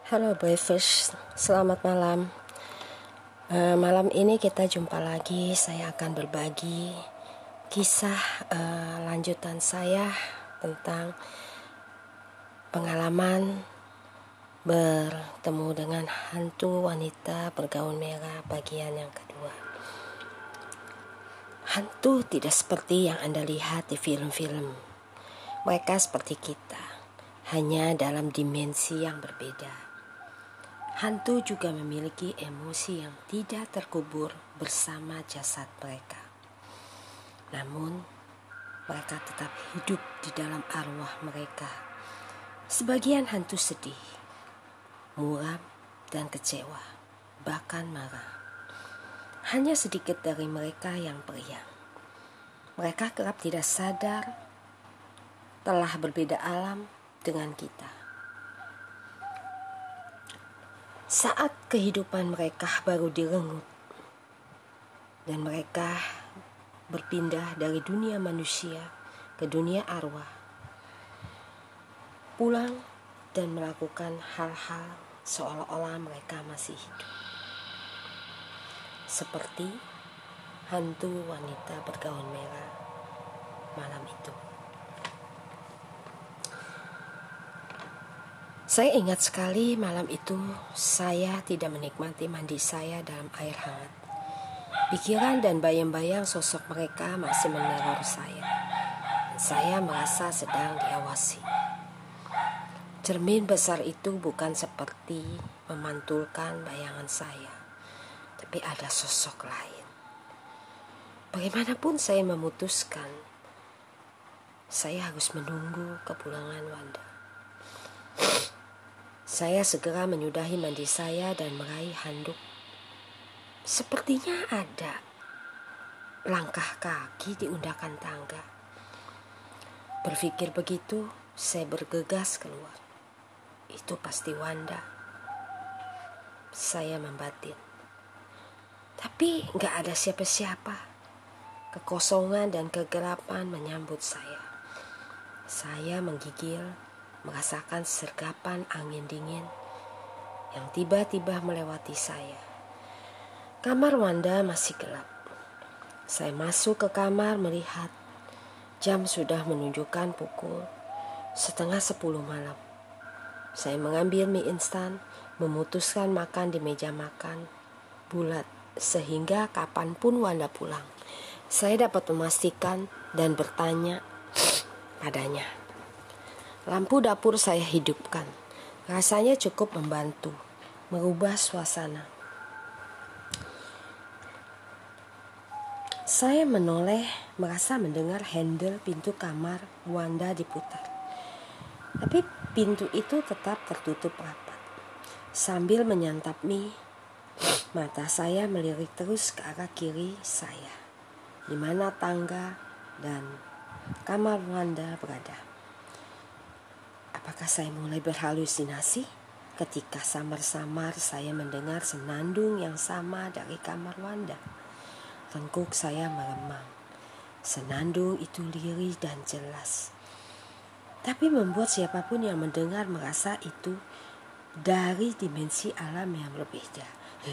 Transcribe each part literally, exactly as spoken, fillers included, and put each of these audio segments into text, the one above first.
Halo Brevers, selamat malam. uh, Malam ini kita jumpa lagi. Saya akan berbagi kisah uh, lanjutan saya tentang pengalaman bertemu dengan hantu wanita bergaun merah bagian yang kedua. Hantu tidak seperti yang Anda lihat di film-film. Mereka seperti kita, hanya dalam dimensi yang berbeda. Hantu juga memiliki emosi yang tidak terkubur bersama jasad mereka. Namun, mereka tetap hidup di dalam arwah mereka. Sebagian hantu sedih, muram, dan kecewa, bahkan marah. Hanya sedikit dari mereka yang periang. Mereka kerap tidak sadar telah berbeda alam dengan kita. Saat kehidupan mereka baru direnggut dan mereka berpindah dari dunia manusia ke dunia arwah, pulang dan melakukan hal-hal seolah-olah mereka masih hidup, seperti hantu wanita bergaun merah malam itu. Saya ingat sekali malam itu saya tidak menikmati mandi saya dalam air hangat. Pikiran dan bayang-bayang sosok mereka masih meneror saya. Dan saya merasa sedang diawasi. Cermin besar itu bukan seperti memantulkan bayangan saya, tapi ada sosok lain. Bagaimanapun saya memutuskan, saya harus menunggu kepulangan Wanda. Saya segera menyudahi mandi saya dan meraih handuk. Sepertinya ada langkah kaki di undakan tangga. Berpikir begitu, saya bergegas keluar. Itu pasti Wanda. Saya membatin. Tapi gak ada siapa-siapa. Kekosongan dan kegelapan menyambut saya. Saya menggigil, merasakan sergapan angin dingin yang tiba-tiba melewati saya. Kamar Wanda masih gelap. Saya masuk ke kamar melihat jam sudah menunjukkan pukul setengah sepuluh malam. Saya mengambil mie instan, memutuskan makan di meja makan bulat sehingga kapanpun Wanda pulang, saya dapat memastikan dan bertanya padanya. Lampu dapur saya hidupkan. Rasanya cukup membantu merubah suasana. Saya menoleh, merasa mendengar handle pintu kamar Wanda diputar. Tapi pintu itu tetap tertutup rapat. Sambil menyantap mie, mata saya melirik terus ke arah kiri saya, di mana tangga dan kamar Wanda berada. Apakah saya mulai berhalusinasi ketika samar-samar saya mendengar senandung yang sama dari kamar Wanda? Tengkuk saya meremang. Senandung itu lirih dan jelas, tapi membuat siapapun yang mendengar merasa itu dari dimensi alam yang berbeda.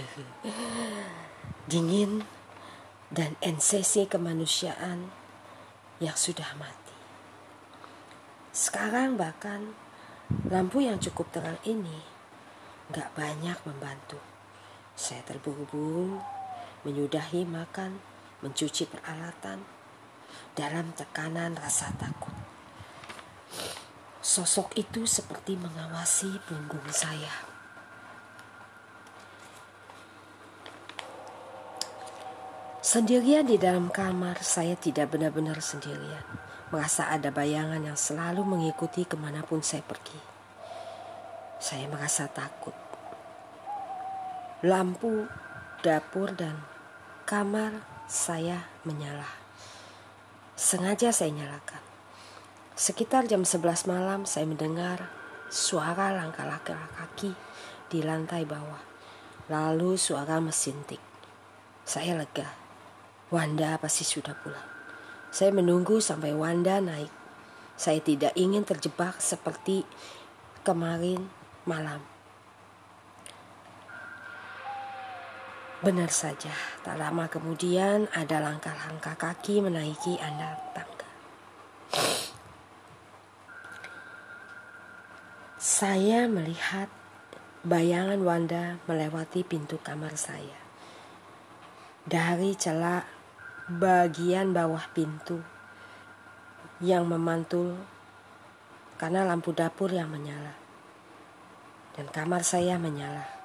Dingin dan esensi kemanusiaan yang sudah mati. Sekarang bahkan lampu yang cukup terang ini gak banyak membantu. Saya terburu-buru menyudahi makan, mencuci peralatan dalam tekanan rasa takut. Sosok itu seperti mengawasi punggung saya. Sendirian di dalam kamar, saya tidak benar-benar sendirian. Merasa ada bayangan yang selalu mengikuti kemanapun saya pergi. Saya merasa takut. Lampu dapur dan kamar saya menyala. Sengaja saya nyalakan. Sekitar jam sebelas malam saya mendengar suara langkah laki-laki di lantai bawah. Lalu suara mesin tik. Saya lega. Wanda pasti sudah pulang. Saya menunggu sampai Wanda naik. Saya tidak ingin terjebak seperti kemarin malam. Benar saja, tak lama kemudian ada langkah-langkah kaki menaiki anak tangga. Saya melihat bayangan Wanda melewati pintu kamar saya. Dari celah bagian bawah pintu yang memantul karena lampu dapur yang menyala. Dan kamar saya menyala.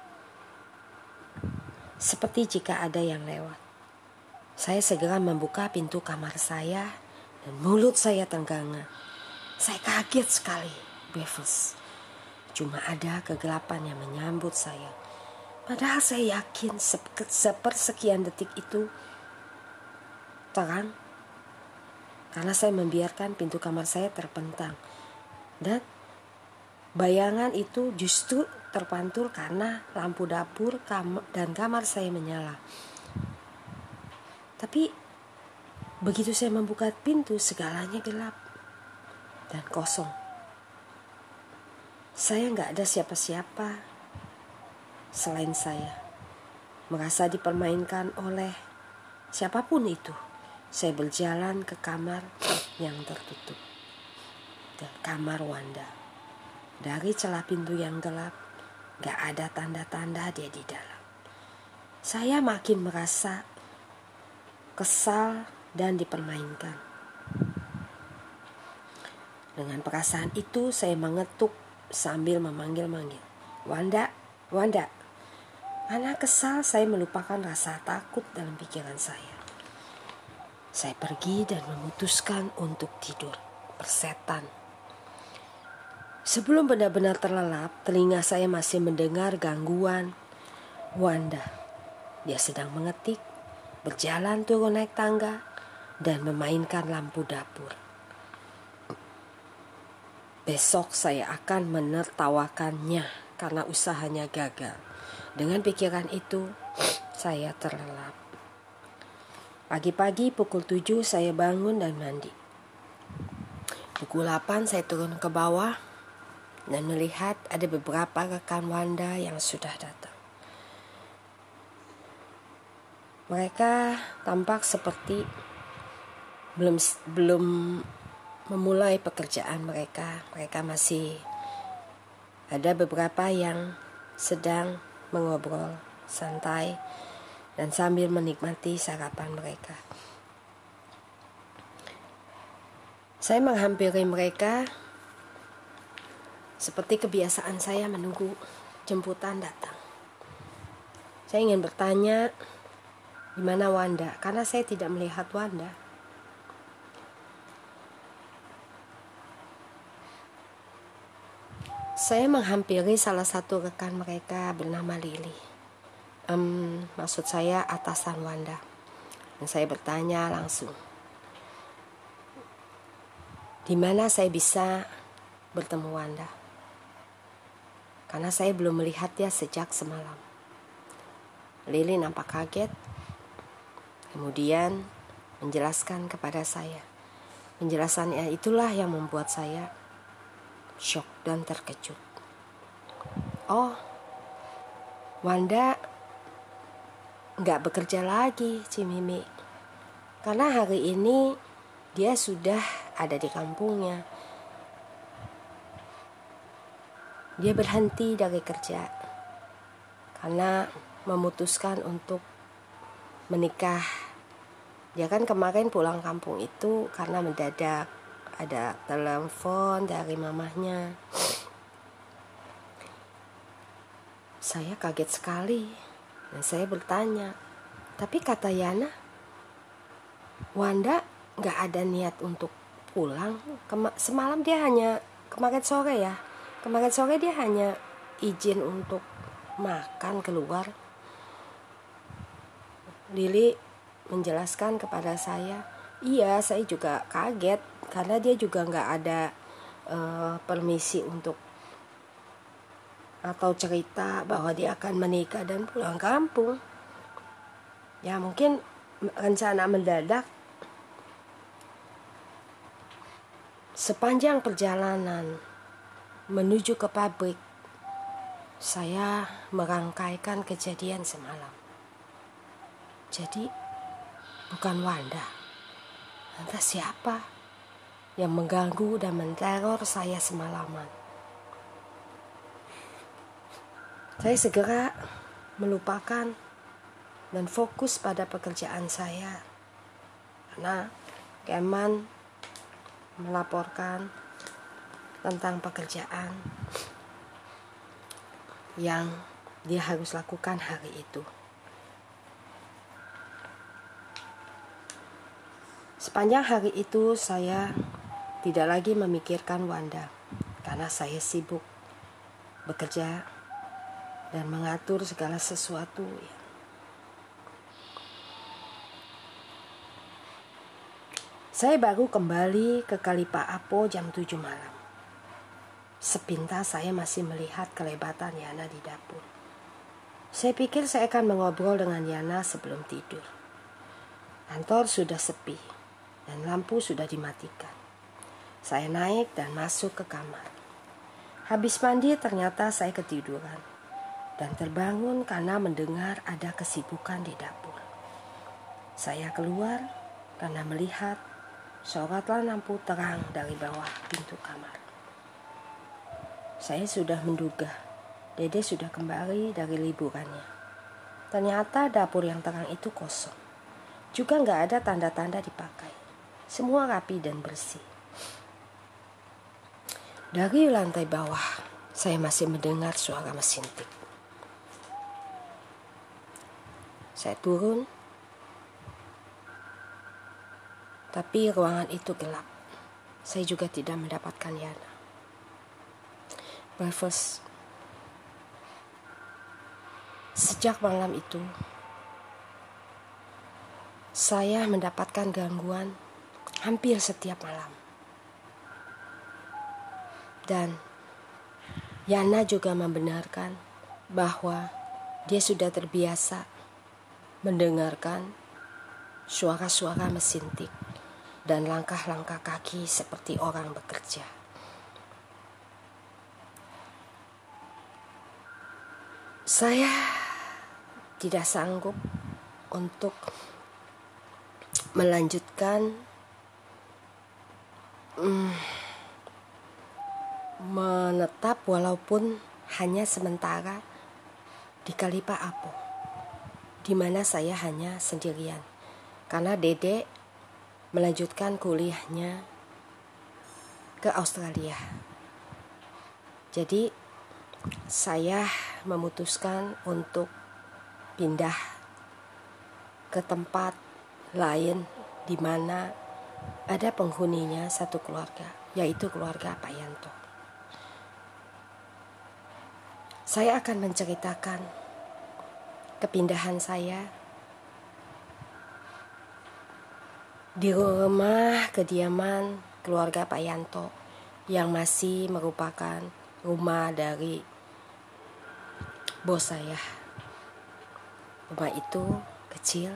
Seperti jika ada yang lewat. Saya segera membuka pintu kamar saya dan mulut saya tengganga. Saya kaget sekali, breathless. Cuma ada kegelapan yang menyambut saya. Padahal saya yakin sepersekian detik itu terang. Karena saya membiarkan pintu kamar saya terpentang. Dan bayangan itu justru terpantul karena lampu dapur kam- dan kamar saya menyala. Tapi begitu saya membuka pintu, segalanya gelap dan kosong. Saya gak ada siapa-siapa selain saya. Merasa dipermainkan oleh siapapun itu. Saya berjalan ke kamar yang tertutup. Dan kamar Wanda. Dari celah pintu yang gelap, gak ada tanda-tanda dia di dalam. Saya makin merasa kesal dan dipermainkan. Dengan perasaan itu saya mengetuk sambil memanggil-manggil. Wanda, Wanda. Karena kesal saya melupakan rasa takut dalam pikiran saya. Saya pergi dan memutuskan untuk tidur. Persetan. Sebelum benar-benar terlelap, telinga saya masih mendengar gangguan Wanda. Dia sedang mengetik, berjalan turun naik tangga, dan memainkan lampu dapur. Besok saya akan menertawakannya karena usahanya gagal. Dengan pikiran itu, saya terlelap. Pagi-pagi pukul tujuh saya bangun dan mandi. Pukul delapan saya turun ke bawah dan melihat ada beberapa rekan Wanda yang sudah datang. Mereka tampak seperti belum belum memulai pekerjaan mereka. Mereka masih ada beberapa yang sedang mengobrol santai dan sambil menikmati sarapan mereka. Saya menghampiri mereka seperti kebiasaan saya menunggu jemputan datang. Saya ingin bertanya, di mana Wanda? Karena saya tidak melihat Wanda. Saya menghampiri salah satu rekan mereka bernama Lily. Um, maksud saya atasan Wanda. Dan saya bertanya langsung, di mana saya bisa bertemu Wanda? Karena saya belum melihat dia sejak semalam. Lily nampak kaget. Kemudian menjelaskan kepada saya. Penjelasannya itulah yang membuat saya syok dan terkejut. Oh, Wanda gak bekerja lagi, Cimimi. Karena hari ini dia sudah ada di kampungnya. Dia berhenti dari kerja karena memutuskan untuk menikah. Dia kan kemarin pulang kampung itu karena mendadak ada telepon dari mamahnya. Saya kaget sekali dan saya bertanya, tapi kata Yana, Wanda gak ada niat untuk pulang. Kema- semalam dia hanya kemarin sore ya. Kemarin sore dia hanya izin untuk makan keluar. Lily menjelaskan kepada saya, iya saya juga kaget karena dia juga nggak ada uh, permisi untuk atau cerita bahwa dia akan menikah dan pulang kampung. Ya mungkin rencana mendadak. Sepanjang perjalanan menuju ke pabrik, saya merangkaikan kejadian semalam. Jadi bukan Wanda. Entah siapa yang mengganggu dan meneror saya semalaman. Saya segera melupakan dan fokus pada pekerjaan saya. Karena Keman melaporkan tentang pekerjaan yang dia harus lakukan hari itu. Sepanjang hari itu saya tidak lagi memikirkan Wanda karena saya sibuk bekerja dan mengatur segala sesuatu. Saya baru kembali ke Kalipa Apo jam tujuh malam. Sepintas saya masih melihat kelebatan Yana di dapur. Saya pikir saya akan mengobrol dengan Yana sebelum tidur. Kantor sudah sepi dan lampu sudah dimatikan. Saya naik dan masuk ke kamar. Habis mandi ternyata saya ketiduran dan terbangun karena mendengar ada kesibukan di dapur. Saya keluar karena melihat sorotlah lampu terang dari bawah pintu kamar. Saya sudah menduga Dede sudah kembali dari liburannya. Ternyata dapur yang terang itu kosong. Juga nggak ada tanda-tanda dipakai. Semua rapi dan bersih. Dari lantai bawah, saya masih mendengar suara mesin tik. Saya turun, tapi ruangan itu gelap. Saya juga tidak mendapatkan Yana. Breakfast. Sejak malam itu, saya mendapatkan gangguan hampir setiap malam. Dan Yana juga membenarkan bahwa dia sudah terbiasa mendengarkan suara-suara mesin tik dan langkah-langkah kaki seperti orang bekerja. Saya tidak sanggup untuk melanjutkan hmm, menetap walaupun hanya sementara di Kalipa Apo, di mana saya hanya sendirian karena Dede melanjutkan kuliahnya ke Australia. Jadi saya memutuskan untuk pindah ke tempat lain di mana ada penghuninya satu keluarga, yaitu keluarga Pak Yanto. Saya akan menceritakan kepindahan saya di rumah kediaman keluarga Pak Yanto yang masih merupakan rumah dari bos saya. Rumah itu kecil,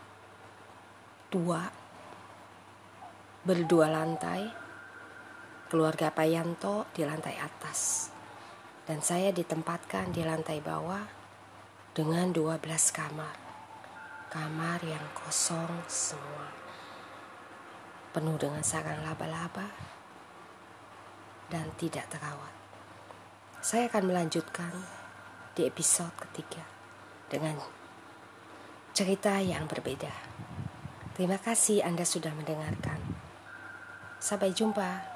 tua, berdua lantai. Keluarga Pak Yanto di lantai atas dan saya ditempatkan di lantai bawah dengan dua belas kamar. Kamar yang kosong semua, penuh dengan sarang laba-laba dan tidak terawat. Saya akan melanjutkan di episode ketiga dengan cerita yang berbeda. Terima kasih Anda sudah mendengarkan. Sampai jumpa.